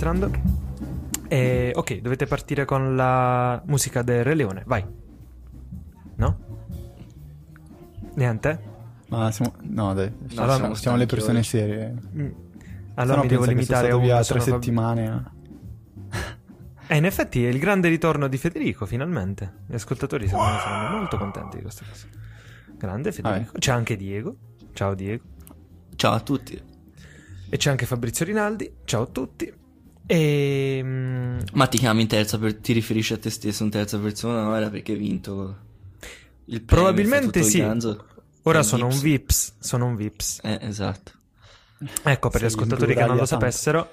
entrando. Ok, dovete partire con la musica del Re Leone, vai. No? Niente? Ma siamo... No, dai, allora, siamo le persone serie. Allora mi devo limitare a via 3 settimane. In effetti è il grande ritorno di Federico, finalmente. Gli ascoltatori saranno molto contenti di questa cosa. Grande Federico. C'è anche Diego. Ciao Diego. Ciao a tutti. E c'è anche Fabrizio Rinaldi. Ciao a tutti. Ma ti chiami ti riferisci a te stesso in terza persona? No, era perché hai vinto il premio. Probabilmente sì. Ora sono Vips. un Vips. Sono un Vips. Esatto. Ecco, per gli ascoltatori che non lo sapessero,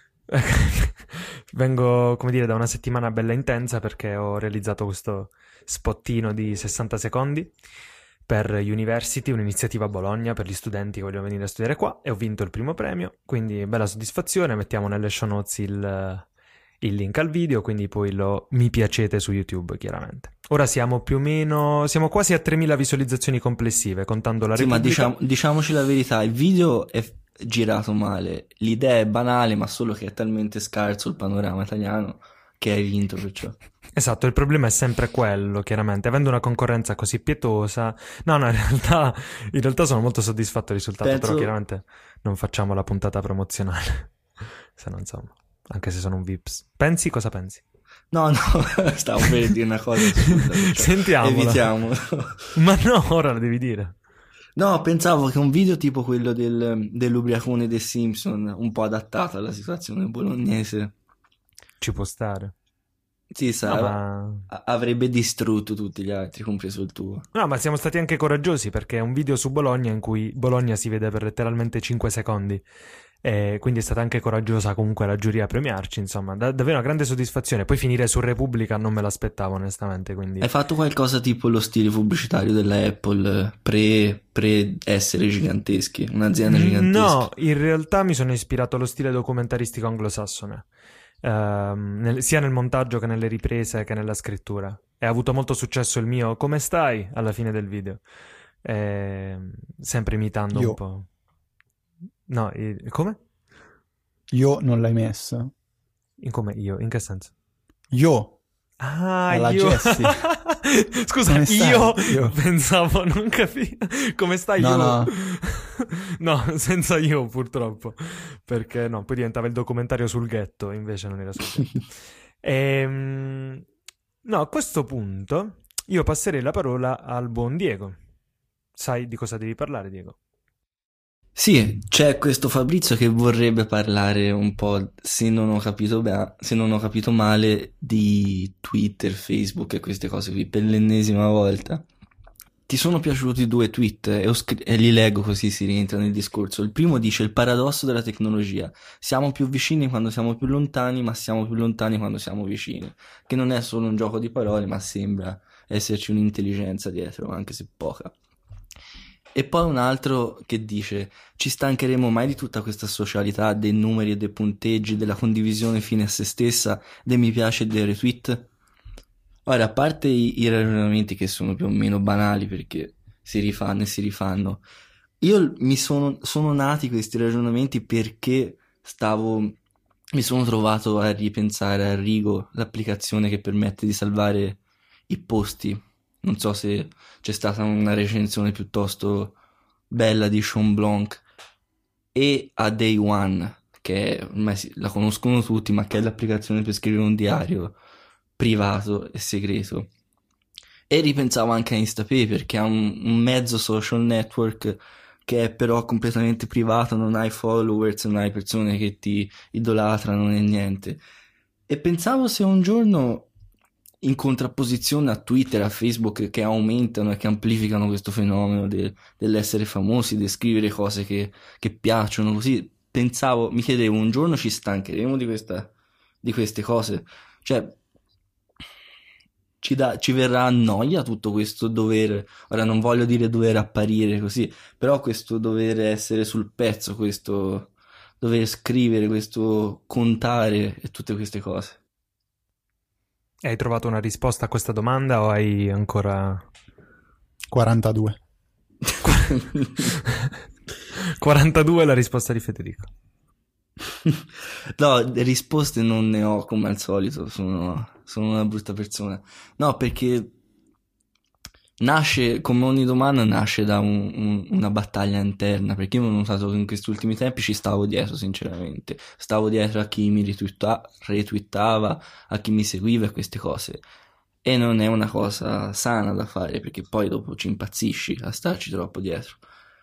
vengo, come dire, da una settimana bella intensa perché ho realizzato questo spottino di 60 secondi per University, un'iniziativa a Bologna per gli studenti che vogliono venire a studiare qua, e ho vinto il primo premio, quindi bella soddisfazione. Mettiamo nelle show notes il link al video, quindi poi lo mi piacete su YouTube, chiaramente. Ora siamo più o meno, siamo quasi a 3.000 visualizzazioni complessive, contando la Repubblica. Ma diciamoci la verità, il video è girato male, l'idea è banale, ma solo che è talmente scarso il panorama italiano che hai vinto, perciò. Esatto, il problema è sempre quello, chiaramente, avendo una concorrenza così pietosa. No, in realtà sono molto soddisfatto del risultato, però chiaramente non facciamo la puntata promozionale. Se no, insomma, anche se sono un Vips. Cosa pensi? No, stavo per dire una cosa assurda, sentiamola. Evitiamolo. Ma no, ora la devi dire. No, pensavo che un video tipo quello dell'ubriacone dei Simpson, un po' adattato alla situazione bolognese, ci può stare. Sì, avrebbe distrutto tutti gli altri, compreso il tuo. No, ma siamo stati anche coraggiosi, perché è un video su Bologna in cui Bologna si vede per letteralmente 5 secondi. E quindi è stata anche coraggiosa comunque la giuria a premiarci, insomma, davvero una grande soddisfazione. Poi finire su Repubblica non me l'aspettavo, onestamente, quindi... Hai fatto qualcosa tipo lo stile pubblicitario della Apple, pre essere giganteschi, un'azienda gigantesca? No, in realtà mi sono ispirato allo stile documentaristico anglosassone, sia nel montaggio che nelle riprese che nella scrittura. E ha avuto molto successo il mio "come stai?" alla fine del video, sempre imitando un po'. No, come? Io non l'hai messa. Come io? In che senso? Io. Alla Jessie. Scusa, io pensavo, non capivo. Come stai? No. No, senza io purtroppo. Perché no, poi diventava il documentario sul ghetto, invece non era sul ghetto. No, a questo punto io passerei la parola al buon Diego. Sai di cosa devi parlare, Diego? Sì, c'è questo Fabrizio che vorrebbe parlare un po', se non ho capito male, di Twitter, Facebook e queste cose qui, per l'ennesima volta. Ti sono piaciuti 2 tweet e li leggo così si rientra nel discorso. Il primo dice: il paradosso della tecnologia. Siamo più vicini quando siamo più lontani, ma siamo più lontani quando siamo vicini. Che non è solo un gioco di parole, ma sembra esserci un'intelligenza dietro, anche se poca. E poi un altro che dice: ci stancheremo mai di tutta questa socialità dei numeri e dei punteggi, della condivisione fine a se stessa, dei mi piace e dei retweet? Ora, a parte i ragionamenti che sono più o meno banali perché si rifanno e si rifanno, io sono nati questi ragionamenti perché mi sono trovato a ripensare a Rigo, l'applicazione che permette di salvare i posti. Non so se c'è stata una recensione piuttosto bella di Sean Blanc, e a Day One, che ormai la conoscono tutti, ma che è l'applicazione per scrivere un diario privato e segreto. E ripensavo anche a Instapaper, che è un mezzo social network che è però completamente privato, non hai followers, non hai persone che ti idolatrano né niente. E pensavo se un giorno, in contrapposizione a Twitter, a Facebook, che aumentano e che amplificano questo fenomeno dell'essere famosi, di scrivere cose che piacciono, così mi chiedevo, un giorno ci stancheremo di queste cose? Cioè, ci verrà a noia tutto questo ora non voglio dire dover apparire così, però questo dover essere sul pezzo, questo dover scrivere, questo contare e tutte queste cose. Hai trovato una risposta a questa domanda o hai ancora 42? 42 è la risposta di Federico. No, risposte non ne ho come al solito, sono una brutta persona. No, perché nasce, come ogni domanda, nasce da una battaglia interna, perché io ho notato che in questi ultimi tempi ci stavo dietro, sinceramente. Stavo dietro a chi mi retweetava, a chi mi seguiva e queste cose. E non è una cosa sana da fare, perché poi dopo ci impazzisci a starci troppo dietro.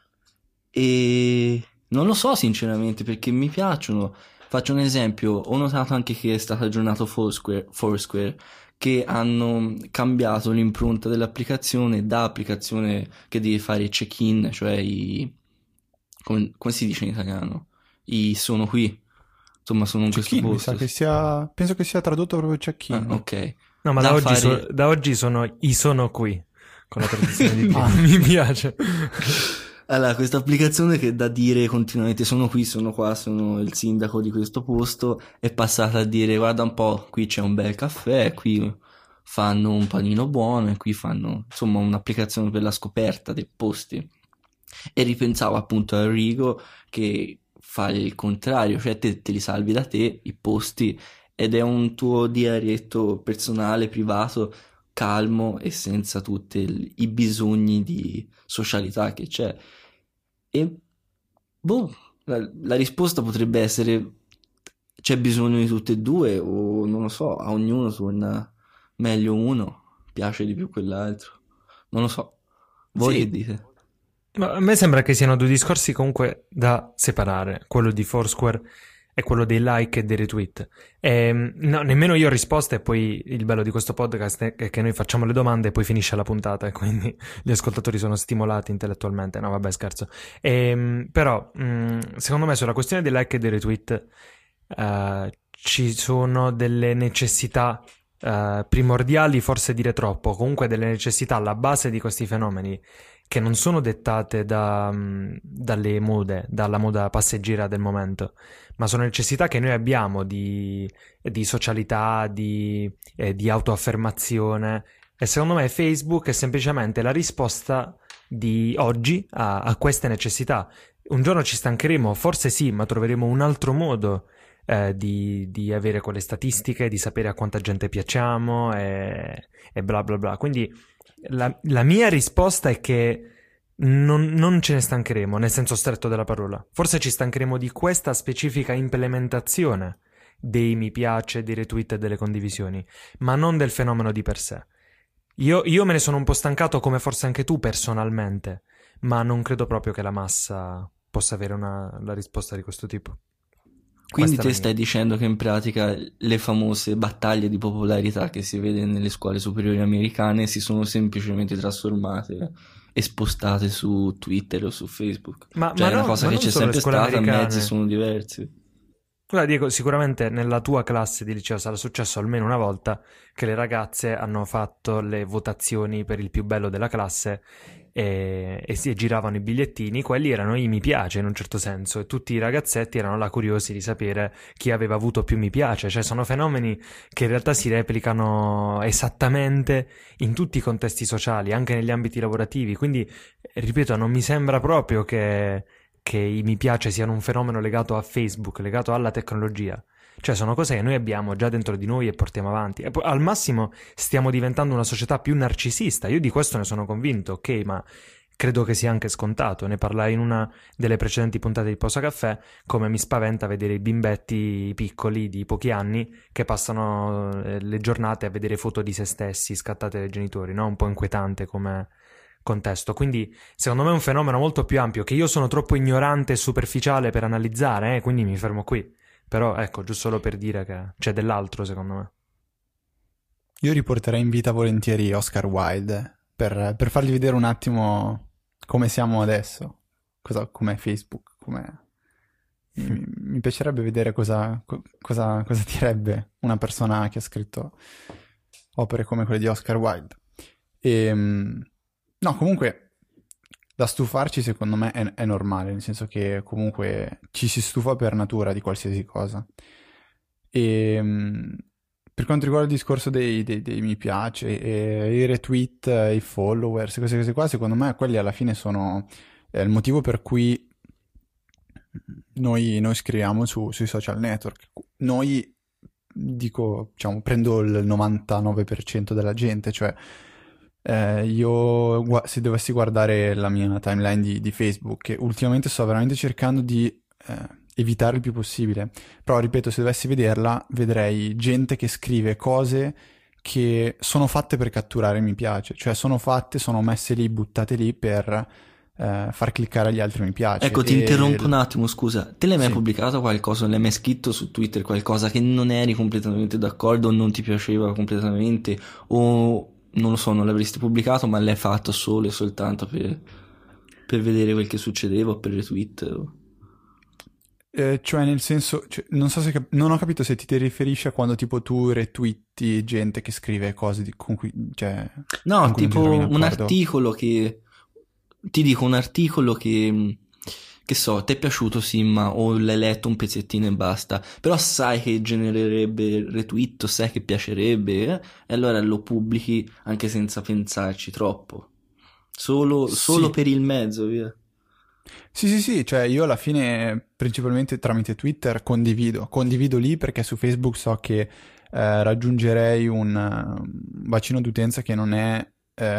E non lo so sinceramente perché mi piacciono. Faccio un esempio, ho notato anche che è stato aggiornato Foursquare, che hanno cambiato l'impronta dell'applicazione da applicazione che devi fare i check-in, cioè come si dice in italiano? I sono qui, insomma sono in questo Check-in, mi sa posto. che sia... Penso che sia tradotto proprio check-in. Ok. No, ma Da da oggi, fare- da oggi sono qui, con la traduzione di Ah. mi piace. Allora, questa applicazione che da dire continuamente sono qui, sono qua, sono il sindaco di questo posto, è passata a dire guarda un po', qui c'è un bel caffè, qui fanno un panino buono e qui fanno insomma un'applicazione per la scoperta dei posti. E ripensavo appunto a Rigo che fa il contrario, cioè te li salvi da te, i posti, ed è un tuo diarietto personale, privato, calmo e senza tutti i bisogni di socialità che c'è. E boh, la risposta potrebbe essere c'è bisogno di tutte e due o non lo so, a ognuno torna meglio uno, piace di più quell'altro. Non lo so. Voi che Sì, dite? ma a me sembra che siano due discorsi comunque da separare, quello di Foursquare e quello dei like e dei retweet. No, nemmeno io ho risposte e poi il bello di questo podcast è che noi facciamo le domande e poi finisce la puntata e quindi gli ascoltatori sono stimolati intellettualmente. No, vabbè, scherzo. Però, secondo me sulla questione dei like e dei retweet ci sono delle necessità primordiali, forse dire troppo, comunque delle necessità alla base di questi fenomeni che non sono dettate dalle mode, dalla moda passeggera del momento, ma sono necessità che noi abbiamo di socialità, di autoaffermazione. E secondo me Facebook è semplicemente la risposta di oggi a queste necessità. Un giorno ci stancheremo, forse sì, ma troveremo un altro modo di avere quelle statistiche, di sapere a quanta gente piacciamo e bla bla bla. Quindi la mia risposta è che non ce ne stancheremo, nel senso stretto della parola. Forse ci stancheremo di questa specifica implementazione dei mi piace, dei retweet e delle condivisioni, ma non del fenomeno di per sé. Io me ne sono un po' stancato, come forse anche tu personalmente, ma non credo proprio che la massa possa avere la risposta di questo tipo. Quindi Questa è te la mia. stai dicendo che in pratica le famose battaglie di popolarità che si vede nelle scuole superiori americane si sono semplicemente trasformate e spostate su Twitter o su Facebook. Ma Cioè è una non, cosa ma che non c'è solo le sempre scuole stata, i mezzi americane. sono diversi. Guarda, Diego, sicuramente nella tua classe di liceo sarà successo almeno una volta che le ragazze hanno fatto le votazioni per il più bello della classe e si giravano i bigliettini, quelli erano i mi piace in un certo senso e tutti i ragazzetti erano là curiosi di sapere chi aveva avuto più mi piace, cioè sono fenomeni che in realtà si replicano esattamente in tutti i contesti sociali, anche negli ambiti lavorativi, quindi ripeto, non mi sembra proprio che i mi piace siano un fenomeno legato a Facebook, legato alla tecnologia. Cioè sono cose che noi abbiamo già dentro di noi e portiamo avanti. E al massimo stiamo diventando una società più narcisista. Io di questo ne sono convinto, ok, ma credo che sia anche scontato. Ne parlai in una delle precedenti puntate di Posa Caffè, come mi spaventa vedere i bimbetti piccoli di pochi anni che passano le giornate a vedere foto di se stessi scattate dai genitori, no? Un po' inquietante come contesto. Quindi secondo me è un fenomeno molto più ampio che io sono troppo ignorante e superficiale per analizzare, quindi mi fermo qui. Però ecco, giusto solo per dire che c'è dell'altro secondo me. Io riporterei in vita volentieri Oscar Wilde per fargli vedere un attimo come siamo adesso, com'è Facebook, mi piacerebbe vedere cosa direbbe una persona che ha scritto opere come quelle di Oscar Wilde. No, comunque da stufarci secondo me è normale, nel senso che comunque ci si stufa per natura di qualsiasi cosa. Per quanto riguarda il discorso dei mi piace, i retweet, i followers, queste cose qua, secondo me quelli alla fine sono il motivo per cui noi scriviamo sui social network. Noi, dico, diciamo, prendo il 99% della gente, cioè io se dovessi guardare la mia timeline di Facebook, che ultimamente sto veramente cercando di evitare il più possibile, però ripeto, se dovessi vederla, vedrei gente che scrive cose che sono fatte per catturare mi piace, cioè sono messe lì, buttate lì per far cliccare agli altri mi piace. Ecco, ti interrompo un attimo, scusa. Te l'hai mai Sì. pubblicato qualcosa, l'hai mai scritto su Twitter qualcosa che non eri completamente d'accordo o non ti piaceva completamente o non lo so, non l'avresti pubblicato ma l'hai fatto solo e soltanto per vedere quel che succedeva o per retweet? Cioè nel senso, cioè, non so se non ho capito se ti riferisci a quando tipo tu retweeti gente che scrive cose con cui, cioè, No, con cui non ti tipo trovi in un accordo. articolo che... Ti dico un articolo che so, ti è piaciuto sì, ma o l'hai letto un pezzettino e basta, però sai che genererebbe retweet, o sai che piacerebbe, e allora lo pubblichi anche senza pensarci troppo. Solo Sì. per il mezzo, via. Sì, cioè io alla fine principalmente tramite Twitter condivido lì perché su Facebook so che raggiungerei un bacino d'utenza che non è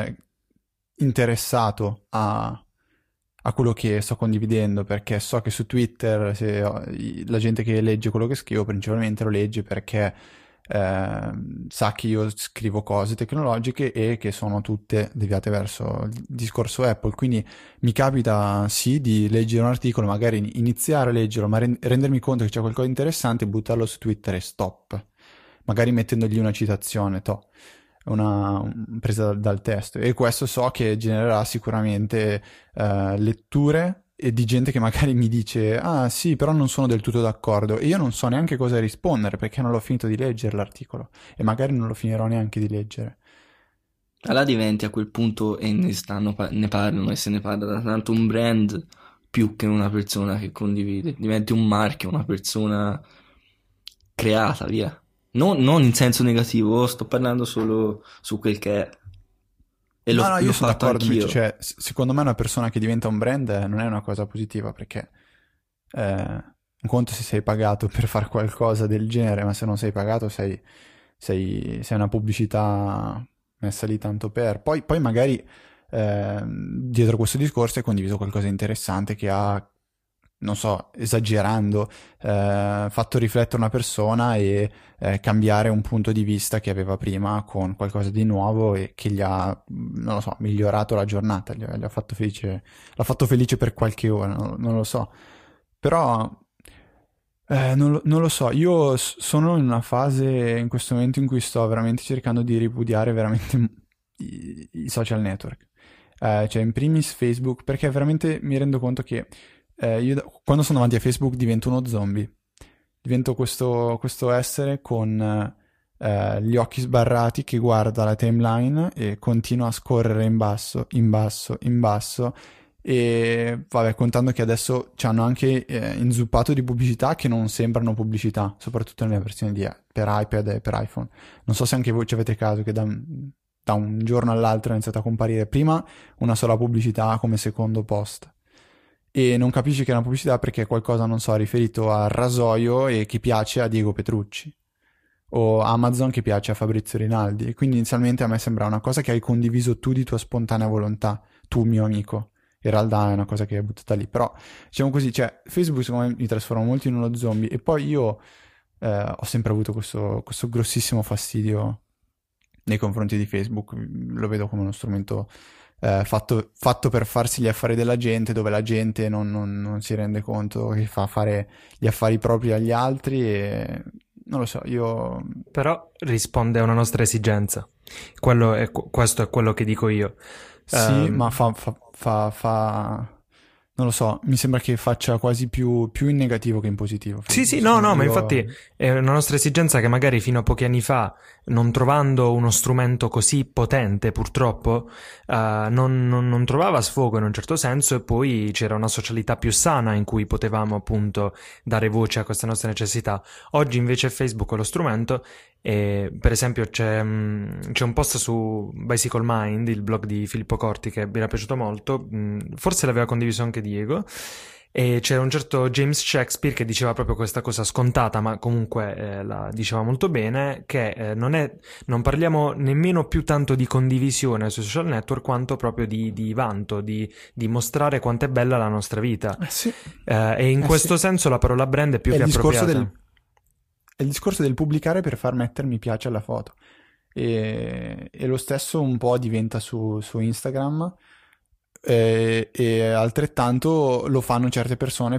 interessato a quello che sto condividendo, perché so che su Twitter la gente che legge quello che scrivo principalmente lo legge perché sa che io scrivo cose tecnologiche e che sono tutte deviate verso il discorso Apple, quindi mi capita sì di leggere un articolo, magari iniziare a leggerlo, ma rendermi conto che c'è qualcosa di interessante, buttarlo su Twitter e stop, magari mettendogli una citazione, presa dal testo, e questo so che genererà sicuramente letture e di gente che magari mi dice ah sì, però non sono del tutto d'accordo, e io non so neanche cosa rispondere perché non l'ho finito di leggere l'articolo e magari non lo finirò neanche di leggere. Allora diventi a quel punto, e ne parlano e se ne parla da tanto, un brand più che una persona che condivide. Diventi un marchio, una persona creata, via. Non in senso negativo, sto parlando solo su quel che è. E No, io l'ho sono fatto d'accordo invece, anch'io. cioè secondo me una persona che diventa un brand non è una cosa positiva perché un conto se sei pagato per fare qualcosa del genere, ma se non sei pagato sei una pubblicità messa lì tanto per. Poi magari dietro questo discorso hai condiviso qualcosa di interessante che ha, non so, esagerando, fatto riflettere una persona e cambiare un punto di vista che aveva prima con qualcosa di nuovo e che gli ha, non lo so, migliorato la giornata, gli ha fatto felice, l'ha fatto felice per qualche ora, non lo so. Però non lo so, io sono in una fase in questo momento in cui sto veramente cercando di ripudiare veramente i social network. Cioè in primis Facebook, perché veramente mi rendo conto che io quando sono davanti a Facebook divento uno zombie. Divento questo essere con gli occhi sbarrati che guarda la timeline e continua a scorrere in basso, in basso, in basso. E vabbè, contando che adesso ci hanno anche inzuppato di pubblicità che non sembrano pubblicità, soprattutto nelle versioni per iPad e per iPhone. Non so se anche voi ci avete caso che da un giorno all'altro è iniziata a comparire prima una sola pubblicità come secondo post. E non capisci che è una pubblicità perché è qualcosa, non so, riferito al rasoio e che piace a Diego Petrucci. O Amazon che piace a Fabrizio Rinaldi. E quindi inizialmente a me sembra una cosa che hai condiviso tu di tua spontanea volontà, tu mio amico. In realtà è una cosa che è buttata lì. Però, diciamo così, cioè, Facebook secondo me mi trasforma molto in uno zombie. E poi io ho sempre avuto questo grossissimo fastidio nei confronti di Facebook. Lo vedo come uno strumento fatto per farsi gli affari della gente, dove la gente non si rende conto che fa fare gli affari propri agli altri e non lo so, io... Però risponde a una nostra esigenza. Questo è quello che dico io. Sì, ma non lo so, mi sembra che faccia quasi più in negativo che in positivo. Sì, Facebook, no, secondo no, me. ma Io... infatti è una nostra esigenza che magari fino a pochi anni fa, non trovando uno strumento così potente, purtroppo, non trovava sfogo in un certo senso, e poi c'era una socialità più sana in cui potevamo appunto dare voce a queste nostre necessità. Oggi invece Facebook è lo strumento, e per esempio c'è un post su Bicycle Mind, il blog di Filippo Corti, che mi era piaciuto molto, forse l'aveva condiviso anche Diego, E c'era un certo James Shakespeare che diceva proprio questa cosa scontata, ma comunque la diceva molto bene, che non parliamo nemmeno più tanto di condivisione sui social network quanto proprio di vanto, di mostrare quanto è bella la nostra vita. Sì. E in questo Sì. senso la parola brand è più È che il discorso appropriata. è il discorso del pubblicare per far mettere mi piace alla foto. E lo stesso un po' diventa su Instagram, e altrettanto lo fanno certe persone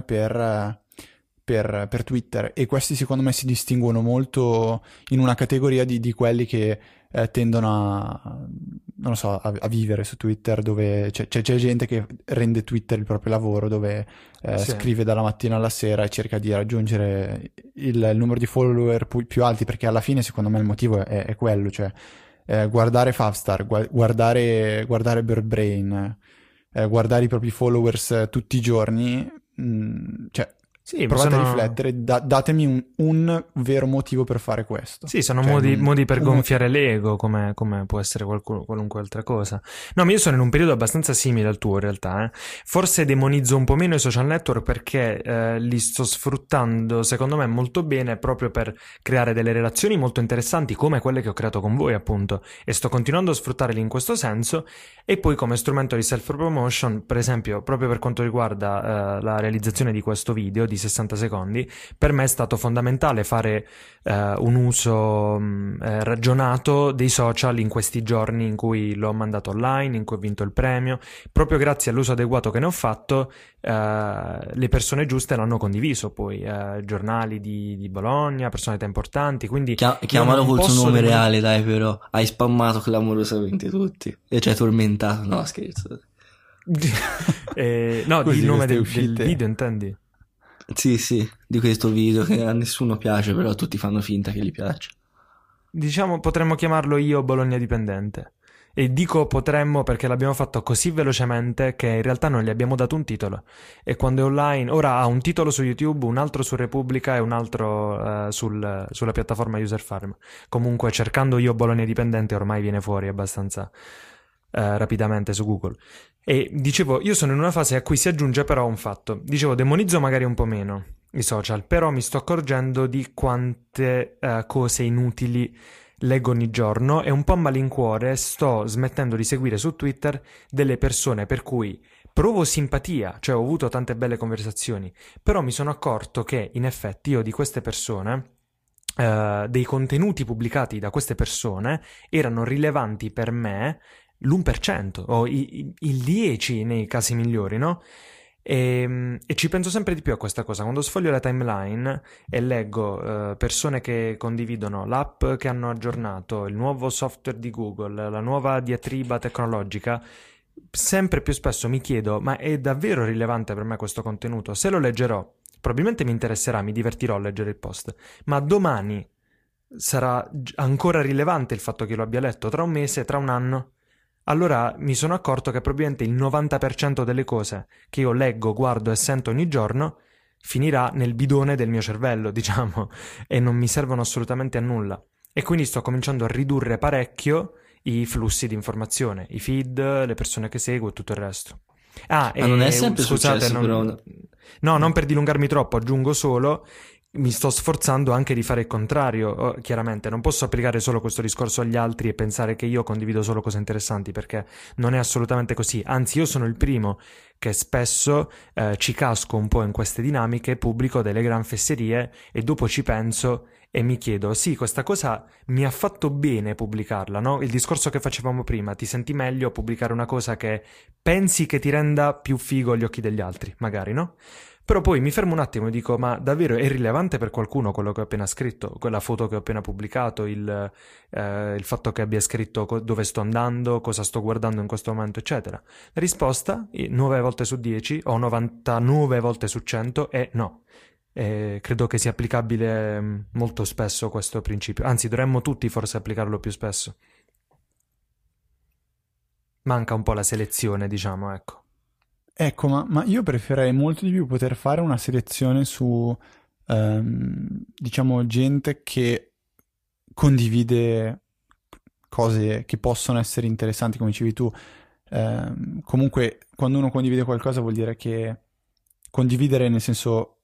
per Twitter, e questi secondo me si distinguono molto in una categoria di quelli che tendono non lo so, a vivere su Twitter, dove c'è gente che rende Twitter il proprio lavoro, dove Sì. scrive dalla mattina alla sera e cerca di raggiungere il numero di follower più alti, perché alla fine secondo me il motivo è quello, cioè guardare Favstar, guardare Bird Brain, guardare i propri followers tutti i giorni, cioè Sì, provate a riflettere, datemi un vero motivo per fare questo. Sì, sono Cioè, modi per un gonfiare motivo. l'ego, come può essere qualunque altra cosa. No, ma io sono in un periodo abbastanza simile al tuo, in realtà. Forse demonizzo un po' meno i social network perché li sto sfruttando, secondo me, molto bene proprio per creare delle relazioni molto interessanti, come quelle che ho creato con voi, appunto. E sto continuando a sfruttarli in questo senso. E poi come strumento di self-promotion, per esempio, proprio per quanto riguarda la realizzazione di questo video di 60 secondi, per me è stato fondamentale fare un uso ragionato dei social in questi giorni in cui l'ho mandato online, in cui ho vinto il premio. Proprio grazie all'uso adeguato che ne ho fatto, le persone giuste l'hanno condiviso, poi giornali di Bologna, personalità importanti, quindi Chiamalo col suo nome reale, dai, però hai spammato clamorosamente tutti e ci hai tormentato. No, scherzo. No, Così il nome queste del uscite. video, intendi? Sì, di questo video che a nessuno piace, però tutti fanno finta che gli piaccia. Diciamo, potremmo chiamarlo Io Bologna Dipendente. E dico potremmo perché l'abbiamo fatto così velocemente che in realtà non gli abbiamo dato un titolo. E quando è online, ora ha un titolo su YouTube, un altro su Repubblica e un altro sulla piattaforma User Farm. Comunque, cercando Io Bologna Dipendente ormai viene fuori abbastanza rapidamente su Google. E dicevo, io sono in una fase a cui si aggiunge però un fatto. Dicevo, demonizzo magari un po' meno i social, però mi sto accorgendo di quante cose inutili leggo ogni giorno e un po' a malincuore sto smettendo di seguire su Twitter delle persone per cui provo simpatia, cioè ho avuto tante belle conversazioni, però mi sono accorto che in effetti io di queste persone, dei contenuti pubblicati da queste persone erano rilevanti per me l'1% o il 10% nei casi migliori, no? E ci penso sempre di più a questa cosa. Quando sfoglio la timeline e leggo persone che condividono l'app che hanno aggiornato, il nuovo software di Google, la nuova diatriba tecnologica, sempre più spesso mi chiedo, ma è davvero rilevante per me questo contenuto? Se lo leggerò, probabilmente mi interesserà, mi divertirò a leggere il post, ma domani sarà ancora rilevante il fatto che lo abbia letto, tra un mese, tra un anno? Allora mi sono accorto che probabilmente il 90% delle cose che io leggo, guardo e sento ogni giorno finirà nel bidone del mio cervello, diciamo, e non mi servono assolutamente a nulla. E quindi sto cominciando a ridurre parecchio i flussi di informazione, i feed, le persone che seguo e tutto il resto. Ma non è sempre scusate, successo, però. no, non per dilungarmi troppo, aggiungo solo mi sto sforzando anche di fare il contrario. Chiaramente non posso applicare solo questo discorso agli altri e pensare che io condivido solo cose interessanti, perché non è assolutamente così. Anzi, io sono il primo che spesso ci casco un po' in queste dinamiche, pubblico delle gran fesserie e dopo ci penso e mi chiedo, sì, questa cosa mi ha fatto bene pubblicarla, no? Il discorso che facevamo prima, ti senti meglio a pubblicare una cosa che pensi che ti renda più figo agli occhi degli altri, magari, no? Però poi mi fermo un attimo e dico, ma davvero è rilevante per qualcuno quello che ho appena scritto, quella foto che ho appena pubblicato, il fatto che abbia scritto dove sto andando, cosa sto guardando in questo momento, eccetera? La risposta, 9 volte su 10 o 99 volte su 100, è no. Credo che sia applicabile molto spesso questo principio, anzi dovremmo tutti forse applicarlo più spesso. Manca un po' la selezione, diciamo, ecco. Ecco, ma io preferirei molto di più poter fare una selezione su, diciamo, gente che condivide cose che possono essere interessanti, come dicevi tu. Comunque, quando uno condivide qualcosa vuol dire che condividere nel senso...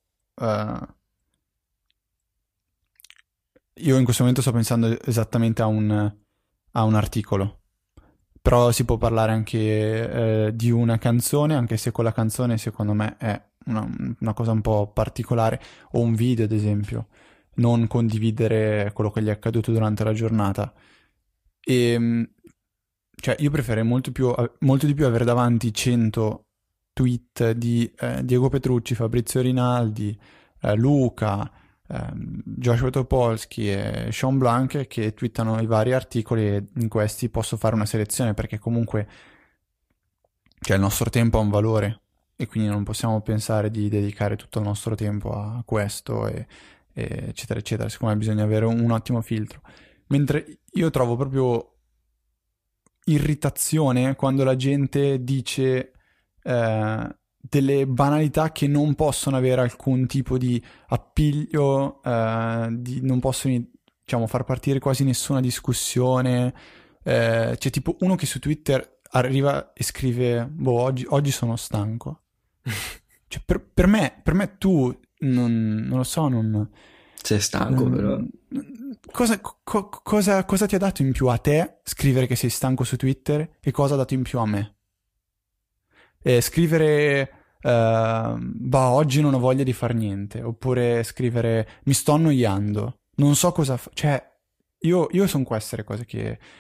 io in questo momento sto pensando esattamente a un articolo, però si può parlare anche di una canzone, anche se quella canzone secondo me è una cosa un po' particolare, o un video ad esempio, non condividere quello che gli è accaduto durante la giornata. E cioè io preferirei molto di più avere davanti 100 tweet di Diego Petrucci, Fabrizio Rinaldi, Luca, Joshua Topolsky e Sean Blanc che twittano i vari articoli, e in questi posso fare una selezione, perché comunque cioè, il nostro tempo ha un valore e quindi non possiamo pensare di dedicare tutto il nostro tempo a questo eccetera eccetera. Secondo me bisogna avere un ottimo filtro, mentre io trovo proprio irritazione quando la gente dice delle banalità che non possono avere alcun tipo di appiglio, non possono, diciamo, far partire quasi nessuna discussione. C'è tipo uno che su Twitter arriva e scrive: boh, oggi sono stanco. Cioè, per me tu non lo so, non... Sei stanco, però. Cosa ti ha dato in più a te scrivere che sei stanco su Twitter, e cosa ha dato in più a me? Scrivere bah, oggi non ho voglia di far niente, oppure scrivere mi sto annoiando, non so cosa cioè io sono queste le cose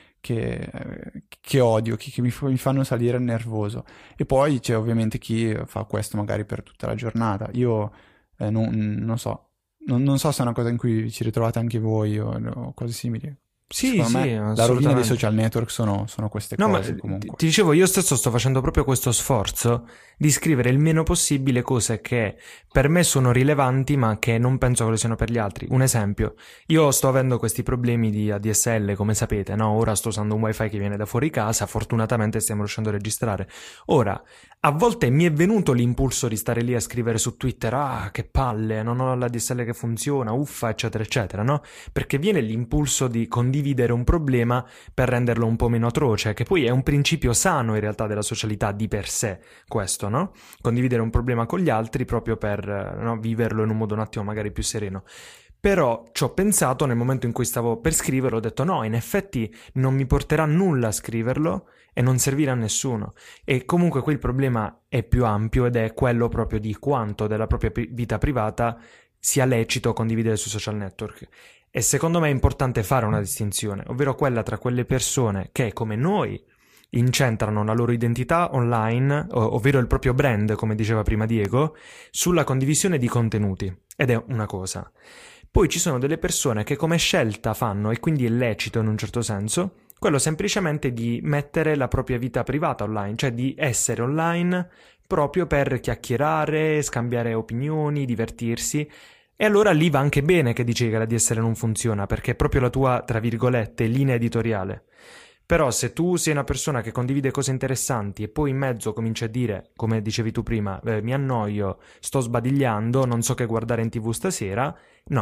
che odio, che mi fanno salire nervoso. E poi c'è ovviamente chi fa questo magari per tutta la giornata. Io non so, non so se è una cosa in cui ci ritrovate anche voi o cose simili. Sì, Secondo sì, me la rovina dei assolutamente. social network sono queste No, ma cose comunque. ti dicevo, io stesso sto facendo proprio questo sforzo di scrivere il meno possibile cose che per me sono rilevanti, ma che non penso che lo siano per gli altri. Un esempio, io sto avendo questi problemi di ADSL, come sapete, no? Ora sto usando un wifi che viene da fuori casa, fortunatamente stiamo riuscendo a registrare. Ora, a volte mi è venuto l'impulso di stare lì a scrivere su Twitter: ah, che palle, non ho l'ADSL che funziona, uffa, eccetera, eccetera, no? Perché viene l'impulso di condividere un problema per renderlo un po' meno atroce, che poi è un principio sano in realtà della socialità di per sé, questo, no? Condividere un problema con gli altri proprio per viverlo in un modo un attimo magari più sereno. Però ci ho pensato nel momento in cui stavo per scriverlo, ho detto no, in effetti non mi porterà nulla a scriverlo e non servirà a nessuno. E comunque qui il problema è più ampio, ed è quello proprio di quanto della propria vita privata sia lecito condividere sui social network. E secondo me è importante fare una distinzione, ovvero quella tra quelle persone che, come noi, incentrano la loro identità online, ovvero il proprio brand, come diceva prima Diego, sulla condivisione di contenuti. Ed è una cosa. Poi ci sono delle persone che come scelta fanno, e quindi è lecito in un certo senso, quello semplicemente di mettere la propria vita privata online, cioè di essere online proprio per chiacchierare, scambiare opinioni, divertirsi. E allora lì va anche bene che dici che la DSL non funziona, perché è proprio la tua, tra virgolette, linea editoriale. Però se tu sei una persona che condivide cose interessanti e poi in mezzo cominci a dire, come dicevi tu prima, mi annoio, sto sbadigliando, non so che guardare in TV stasera, no,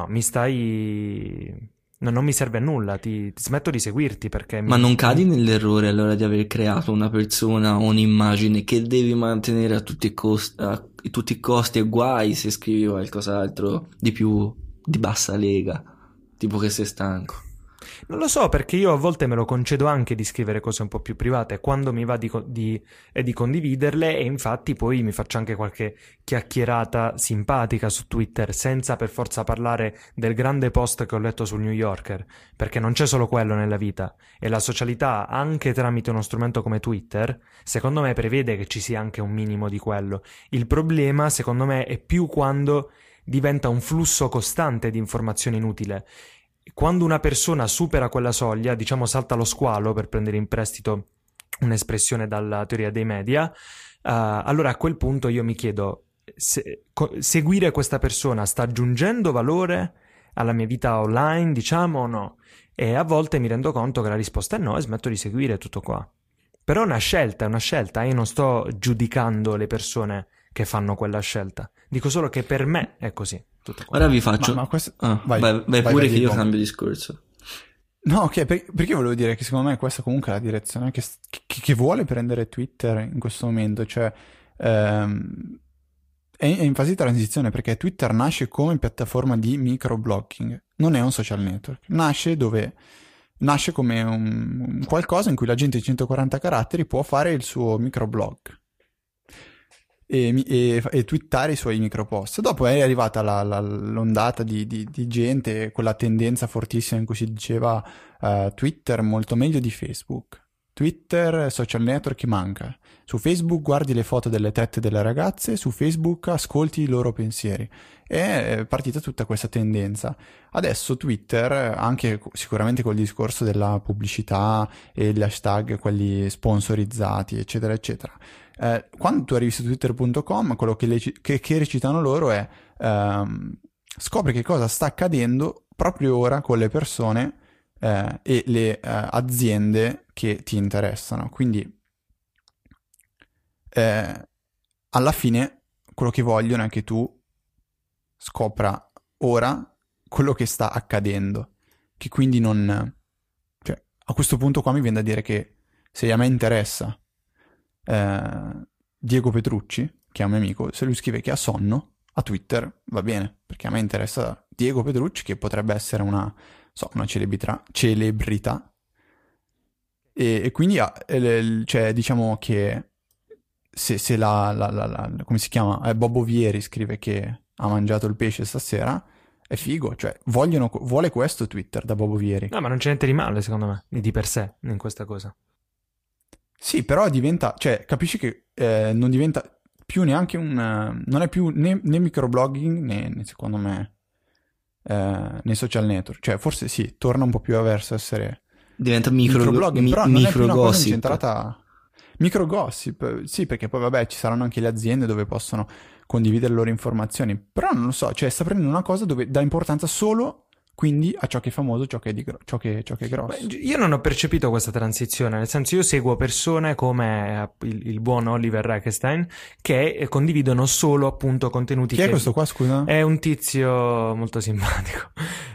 non mi serve a nulla, ti smetto di seguirti perché... Ma non cadi nell'errore allora di aver creato una persona o un'immagine che devi mantenere a tutti i costi, e guai se scrivi qualcos'altro di più di bassa lega, tipo che sei stanco. Non lo so, perché io a volte me lo concedo anche di scrivere cose un po' più private quando mi va di condividerle, e infatti poi mi faccio anche qualche chiacchierata simpatica su Twitter senza per forza parlare del grande post che ho letto sul New Yorker, perché non c'è solo quello nella vita, e la socialità, anche tramite uno strumento come Twitter, secondo me prevede che ci sia anche un minimo di quello. Il problema, secondo me, è più quando diventa un flusso costante di informazione inutile. Quando una persona supera quella soglia, diciamo salta lo squalo, per prendere in prestito un'espressione dalla teoria dei media, allora a quel punto io mi chiedo, seguire questa persona sta aggiungendo valore alla mia vita online, diciamo, o no? E a volte mi rendo conto che la risposta è no, e smetto di seguire, tutto qua. Però è una scelta, io non sto giudicando le persone che fanno quella scelta, dico solo che per me è così. Ora vi faccio... Ma questo... vai pure che io cambio discorso. No, ok, perché volevo dire che secondo me questa comunque è la direzione che vuole prendere Twitter in questo momento, cioè è è in fase di transizione perché Twitter nasce come piattaforma di microblogging, non è un social network, nasce come un qualcosa in cui la gente di 140 caratteri può fare il suo microblog e twittare i suoi micropost. Dopo è arrivata l'ondata di gente, quella tendenza fortissima in cui si diceva Twitter molto meglio di Facebook. Twitter, social network che manca. Su Facebook guardi le foto delle tette delle ragazze, su Facebook ascolti i loro pensieri. È partita tutta questa tendenza. Adesso Twitter, anche sicuramente col discorso della pubblicità e gli hashtag, quelli sponsorizzati, eccetera, eccetera. Quando tu arrivi su twitter.com, quello che recitano loro è scopri che cosa sta accadendo proprio ora con le persone e le aziende che ti interessano. Quindi alla fine quello che vogliono è che tu scopra ora quello che sta accadendo, che quindi non, cioè, a questo punto qua mi viene da dire che se a me interessa Diego Petrucci, che è un mio amico, se lui scrive che ha sonno a Twitter va bene, perché a me interessa Diego Petrucci, che potrebbe essere una celebrità e quindi cioè, diciamo che se come si chiama? Bobo Vieri scrive che ha mangiato il pesce stasera, è figo, cioè vuole questo Twitter da Bobo Vieri. No, ma non c'è niente di male, secondo me, di per sé, in questa cosa. Sì, però diventa, cioè, capisci che non diventa più neanche non è più né microblogging né secondo me nei social network, cioè forse sì, torna un po' più verso essere diventa microblogging, però non è più una cosa gossip. incentrata microgossip, sì, perché poi vabbè ci saranno anche le aziende dove possono condividere le loro informazioni, però non lo so, cioè sta prendendo una cosa dove dà importanza solo quindi a ciò che è famoso, ciò che è grosso. Beh, io non ho percepito questa transizione, nel senso io seguo persone come il buon Oliver Eckstein che condividono solo appunto contenuti. Chi è questo qua, scusa? È un tizio molto simpatico.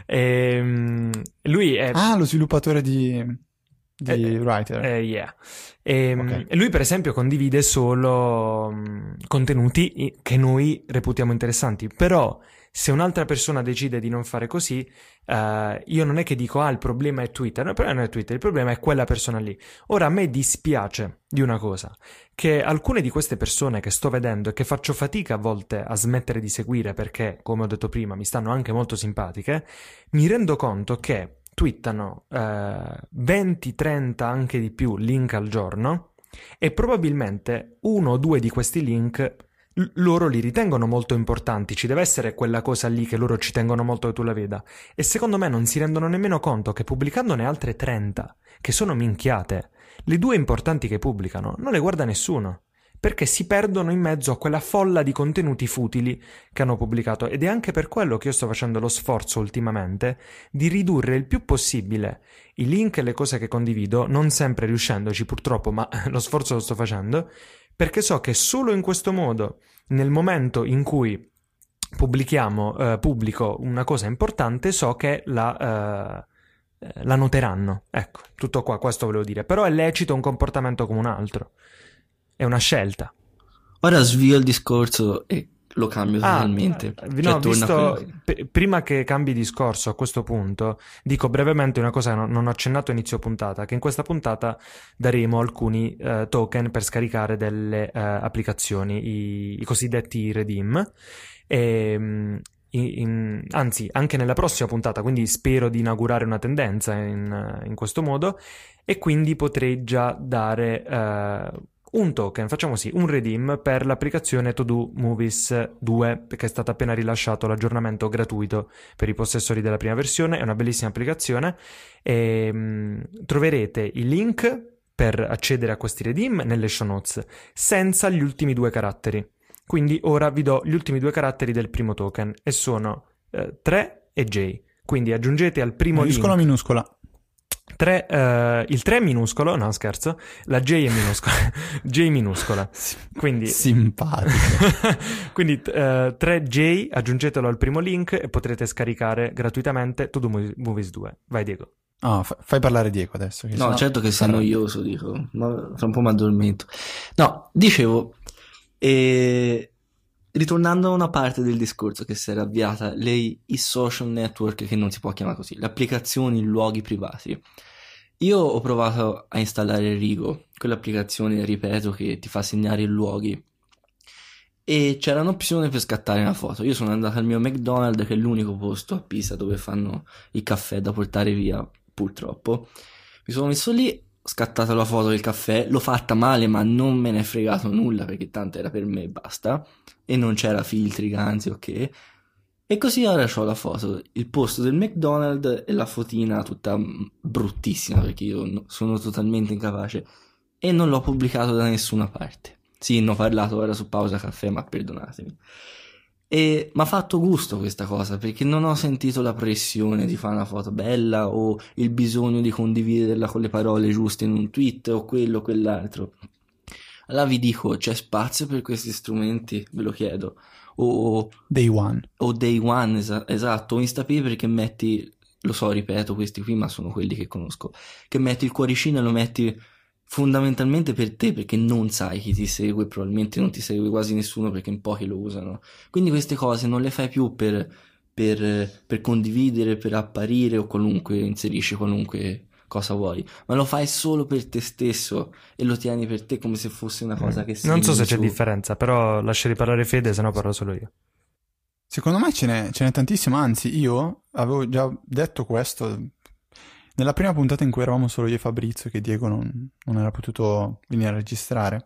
Lui è... Ah, lo sviluppatore di Writer. Yeah. Okay. Lui per esempio condivide solo contenuti che noi reputiamo interessanti, però se un'altra persona decide di non fare così, io non è che dico il problema è Twitter, no, il problema non è Twitter, il problema è quella persona lì. Ora a me dispiace di una cosa, che alcune di queste persone che sto vedendo e che faccio fatica a volte a smettere di seguire perché, come ho detto prima, mi stanno anche molto simpatiche, mi rendo conto che twittano 20, 30, anche di più link al giorno e probabilmente uno o due di questi link loro li ritengono molto importanti, ci deve essere quella cosa lì che loro ci tengono molto che tu la veda e secondo me non si rendono nemmeno conto che pubblicandone altre 30 che sono minchiate, le due importanti che pubblicano non le guarda nessuno perché si perdono in mezzo a quella folla di contenuti futili che hanno pubblicato ed è anche per quello che io sto facendo lo sforzo ultimamente di ridurre il più possibile i link e le cose che condivido, non sempre riuscendoci purtroppo, ma lo sforzo lo sto facendo, perché so che solo in questo modo, nel momento in cui pubblico una cosa importante, so che la noteranno. Ecco, tutto qua, questo volevo dire. Però è lecito un comportamento come un altro. È una scelta. Ora svio il discorso e lo cambio totalmente. No, visto, prima che cambi discorso a questo punto, dico brevemente una cosa che non ho accennato a inizio puntata, che in questa puntata daremo alcuni token per scaricare delle applicazioni, i cosiddetti redeem, anzi anche nella prossima puntata, quindi spero di inaugurare una tendenza in questo modo e quindi potrei già dare un token, facciamo sì, un redeem per l'applicazione To Do Movies 2 che è stato appena rilasciato l'aggiornamento gratuito per i possessori della prima versione, è una bellissima applicazione e troverete i link per accedere a questi redeem nelle show notes senza gli ultimi due caratteri, quindi ora vi do gli ultimi due caratteri del primo token e sono 3 e J, quindi aggiungete al primo maiuscola link minuscola 3, il 3 è minuscolo, no scherzo, la J è minuscola, J minuscola, quindi simpatico. Quindi 3J, aggiungetelo al primo link e potrete scaricare gratuitamente To Do Movies 2. Vai Diego. Fai parlare Diego adesso. No, certo che sei noioso, dico, ma tra un po' mi addormento. No, dicevo, ritornando a una parte del discorso che si era avviata, i social network, che non si può chiamare così, le applicazioni, i luoghi privati. Io ho provato a installare Rigo, quell'applicazione, ripeto, che ti fa segnare i luoghi. E c'era un'opzione per scattare una foto. Io sono andato al mio McDonald's, che è l'unico posto a Pisa dove fanno il caffè da portare via, purtroppo. Mi sono messo lì, ho scattato la foto del caffè, l'ho fatta male, ma non me ne è fregato nulla, perché tanto era per me e basta. E non c'era filtri, anzi, ok. E così ora ho la foto, il posto del McDonald's e la fotina tutta bruttissima, perché io sono totalmente incapace. E non l'ho pubblicato da nessuna parte. Sì, ne ho parlato ora su Pausa Caffè, ma perdonatemi. E mi ha fatto gusto questa cosa, perché non ho sentito la pressione di fare una foto bella o il bisogno di condividerla con le parole giuste in un tweet o quello o quell'altro. Allora vi dico, c'è spazio per questi strumenti? Ve lo chiedo. O Day One. o Day One, esatto, o Instapaper che metti, lo so, ripeto, questi qui, ma sono quelli che conosco, che metti il cuoricino e lo metti fondamentalmente per te, perché non sai chi ti segue, probabilmente non ti segue quasi nessuno perché in pochi lo usano. Quindi queste cose non le fai più per condividere, per apparire o qualunque, inserisci qualunque cosa vuoi, ma lo fai solo per te stesso e lo tieni per te come se fosse una cosa che Non so se segni c'è su. differenza, però lascia di parlare Fede, se no parlo solo io. Secondo me ce n'è tantissimo, anzi io avevo già detto questo nella prima puntata in cui eravamo solo io e Fabrizio, che Diego non era potuto venire a registrare.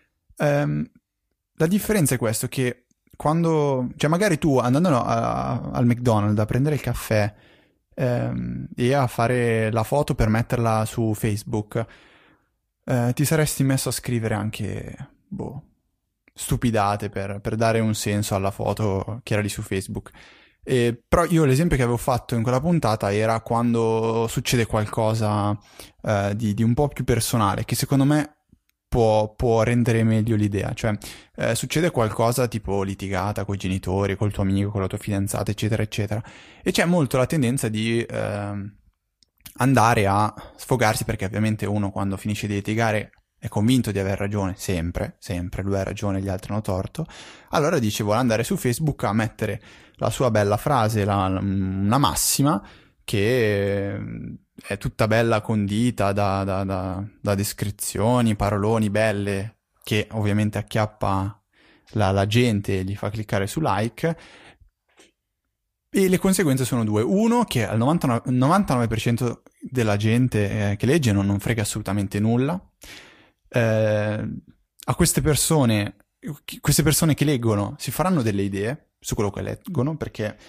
La differenza è questo, che quando, cioè magari tu andando al McDonald's a prendere il caffè e a fare la foto per metterla su Facebook, ti saresti messo a scrivere anche, stupidate per dare un senso alla foto che era lì su Facebook. Però io l'esempio che avevo fatto in quella puntata era quando succede qualcosa di un po' più personale, che secondo me può rendere meglio l'idea. Cioè, succede qualcosa tipo litigata con i genitori, col tuo amico, con la tua fidanzata, eccetera, eccetera. E c'è molto la tendenza di andare a sfogarsi, perché ovviamente uno quando finisce di litigare è convinto di aver ragione, sempre, lui ha ragione, gli altri hanno torto, allora dice vuole andare su Facebook a mettere la sua bella frase, una massima, che è tutta bella condita da descrizioni, paroloni belle, che ovviamente acchiappa la gente e gli fa cliccare su like, e le conseguenze sono due. Uno, che al 99% della gente che legge non frega assolutamente nulla. A queste persone che leggono si faranno delle idee su quello che leggono, perché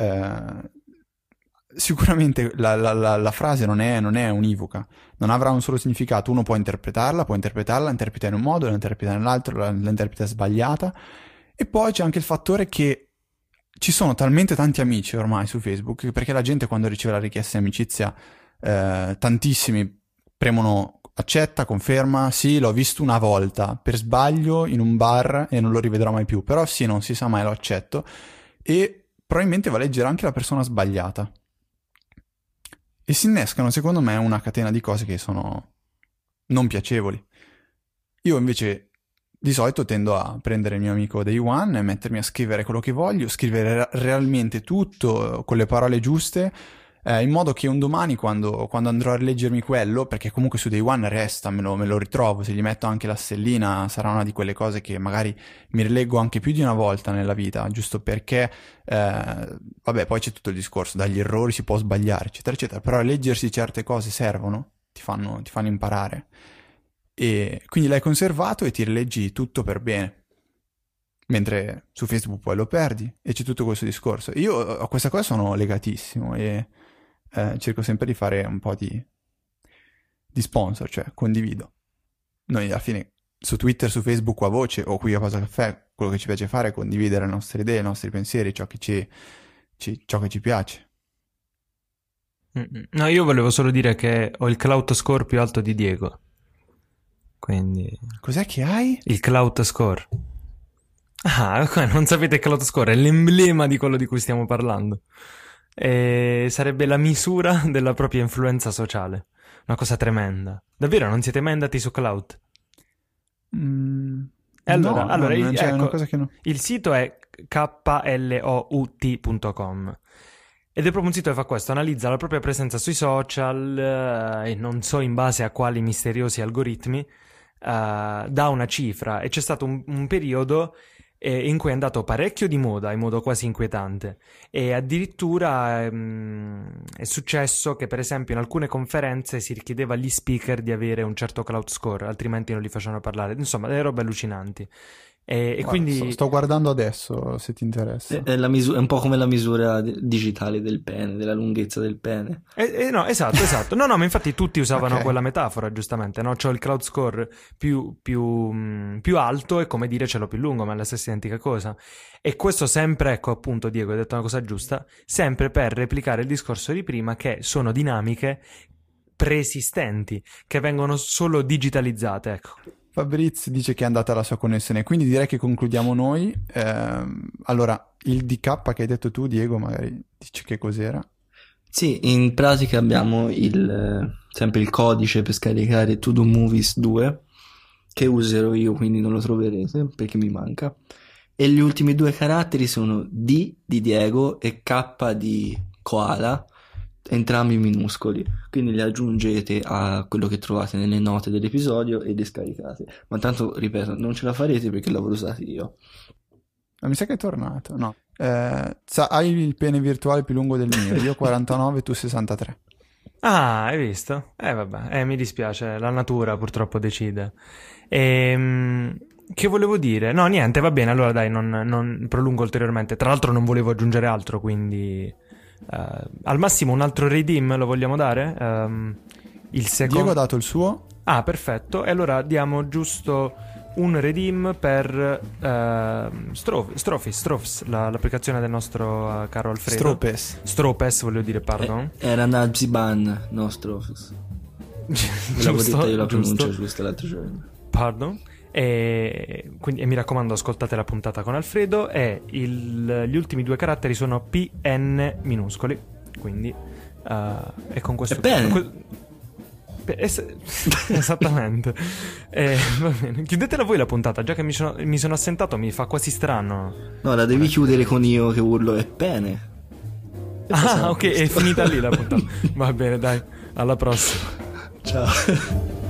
sicuramente la frase non è univoca, non avrà un solo significato. Uno può interpretarla, interpreta in un modo, la interpreta nell'altro, la interpreta sbagliata. E poi c'è anche il fattore che ci sono talmente tanti amici ormai su Facebook, perché la gente quando riceve la richiesta di amicizia, tantissimi premono accetta, conferma, sì, l'ho visto una volta per sbaglio in un bar e non lo rivedrò mai più, però sì, non si sa mai, lo accetto, e probabilmente va a leggere anche la persona sbagliata. E si innescano, secondo me, una catena di cose che sono non piacevoli. Io invece di solito tendo a prendere il mio amico Day One e mettermi a scrivere quello che voglio, scrivere realmente tutto con le parole giuste, in modo che un domani quando andrò a rileggermi quello, perché comunque su Day One resta, me lo ritrovo, se gli metto anche la stellina sarà una di quelle cose che magari mi rileggo anche più di una volta nella vita, giusto perché, vabbè, poi c'è tutto il discorso, dagli errori si può sbagliare, eccetera, eccetera, però leggersi certe cose servono, ti fanno imparare. E quindi l'hai conservato e ti rileggi tutto per bene, mentre su Facebook poi lo perdi e c'è tutto questo discorso. Io a questa cosa sono legatissimo e cerco sempre di fare un po' di sponsor, cioè condivido. Noi alla fine su Twitter, su Facebook o a voce o qui a Pausa Caffè, quello che ci piace fare è condividere le nostre idee, i nostri pensieri, ciò che ci piace. No, io volevo solo dire che ho il clout score più alto di Diego. Quindi... Cos'è che hai? Il clout score. Ah, non sapete il clout score, è l'emblema di quello di cui stiamo parlando. E sarebbe la misura della propria influenza sociale. Una cosa tremenda. Davvero, non siete mai andati su Clout? Allora, c'è ecco, una cosa che no. il sito è klout.com ed è proprio un sito che fa questo, analizza la propria presenza sui social e non so in base a quali misteriosi algoritmi, dà una cifra, e c'è stato un periodo in cui è andato parecchio di moda, in modo quasi inquietante, e addirittura è successo che per esempio in alcune conferenze si richiedeva agli speaker di avere un certo cloud score, altrimenti non li facevano parlare, insomma delle robe allucinanti. E Guarda, quindi sto guardando adesso, se ti interessa. È un po' come la misura digitale del pene, della lunghezza del pene. no, esatto. No, ma infatti tutti usavano Ok. quella metafora, giustamente, no? C'ho il cloud score più alto e come dire ce l'ho più lungo, ma è la stessa identica cosa. E questo sempre, ecco appunto Diego, hai detto una cosa giusta, sempre per replicare il discorso di prima, che sono dinamiche preesistenti, che vengono solo digitalizzate, ecco. Fabrizio dice che è andata la sua connessione, quindi direi che concludiamo noi. Allora, il DK che hai detto tu, Diego, magari dici che cos'era. Sì, in pratica abbiamo sempre il codice per scaricare To Do Movies 2, che userò io, quindi non lo troverete perché mi manca. E gli ultimi due caratteri sono D di Diego e K di Koala, entrambi minuscoli. Quindi li aggiungete a quello che trovate nelle note dell'episodio e li scaricate. Ma tanto, ripeto, non ce la farete perché l'avrò usato io. Ma mi sa che è tornato, no. Hai il pene virtuale più lungo del mio, io 49, tu 63. Ah, hai visto? Vabbè, mi dispiace, la natura purtroppo decide. Che volevo dire? No, niente, va bene, allora dai, non prolungo ulteriormente. Tra l'altro non volevo aggiungere altro, quindi al massimo un altro redeem lo vogliamo dare? Il secondo... Diego ha dato il suo. Ah, perfetto, e allora diamo giusto un redeem per Strophis, l'applicazione del nostro caro Alfredo. Stropes, voglio dire, pardon. Era Nabziban, no Strophis. Ve l'avevo detta io la pronuncia giusta l'altro giorno. Pardon. E mi raccomando, ascoltate la puntata con Alfredo. E gli ultimi due caratteri sono PN minuscoli. Quindi e con questo esattamente. Va bene. Chiudetela voi la puntata, già che mi sono assentato, mi fa quasi strano. No, la devi chiudere con io che urlo è pene. Ok, è finita lì la puntata. Va bene, dai, alla prossima. Ciao.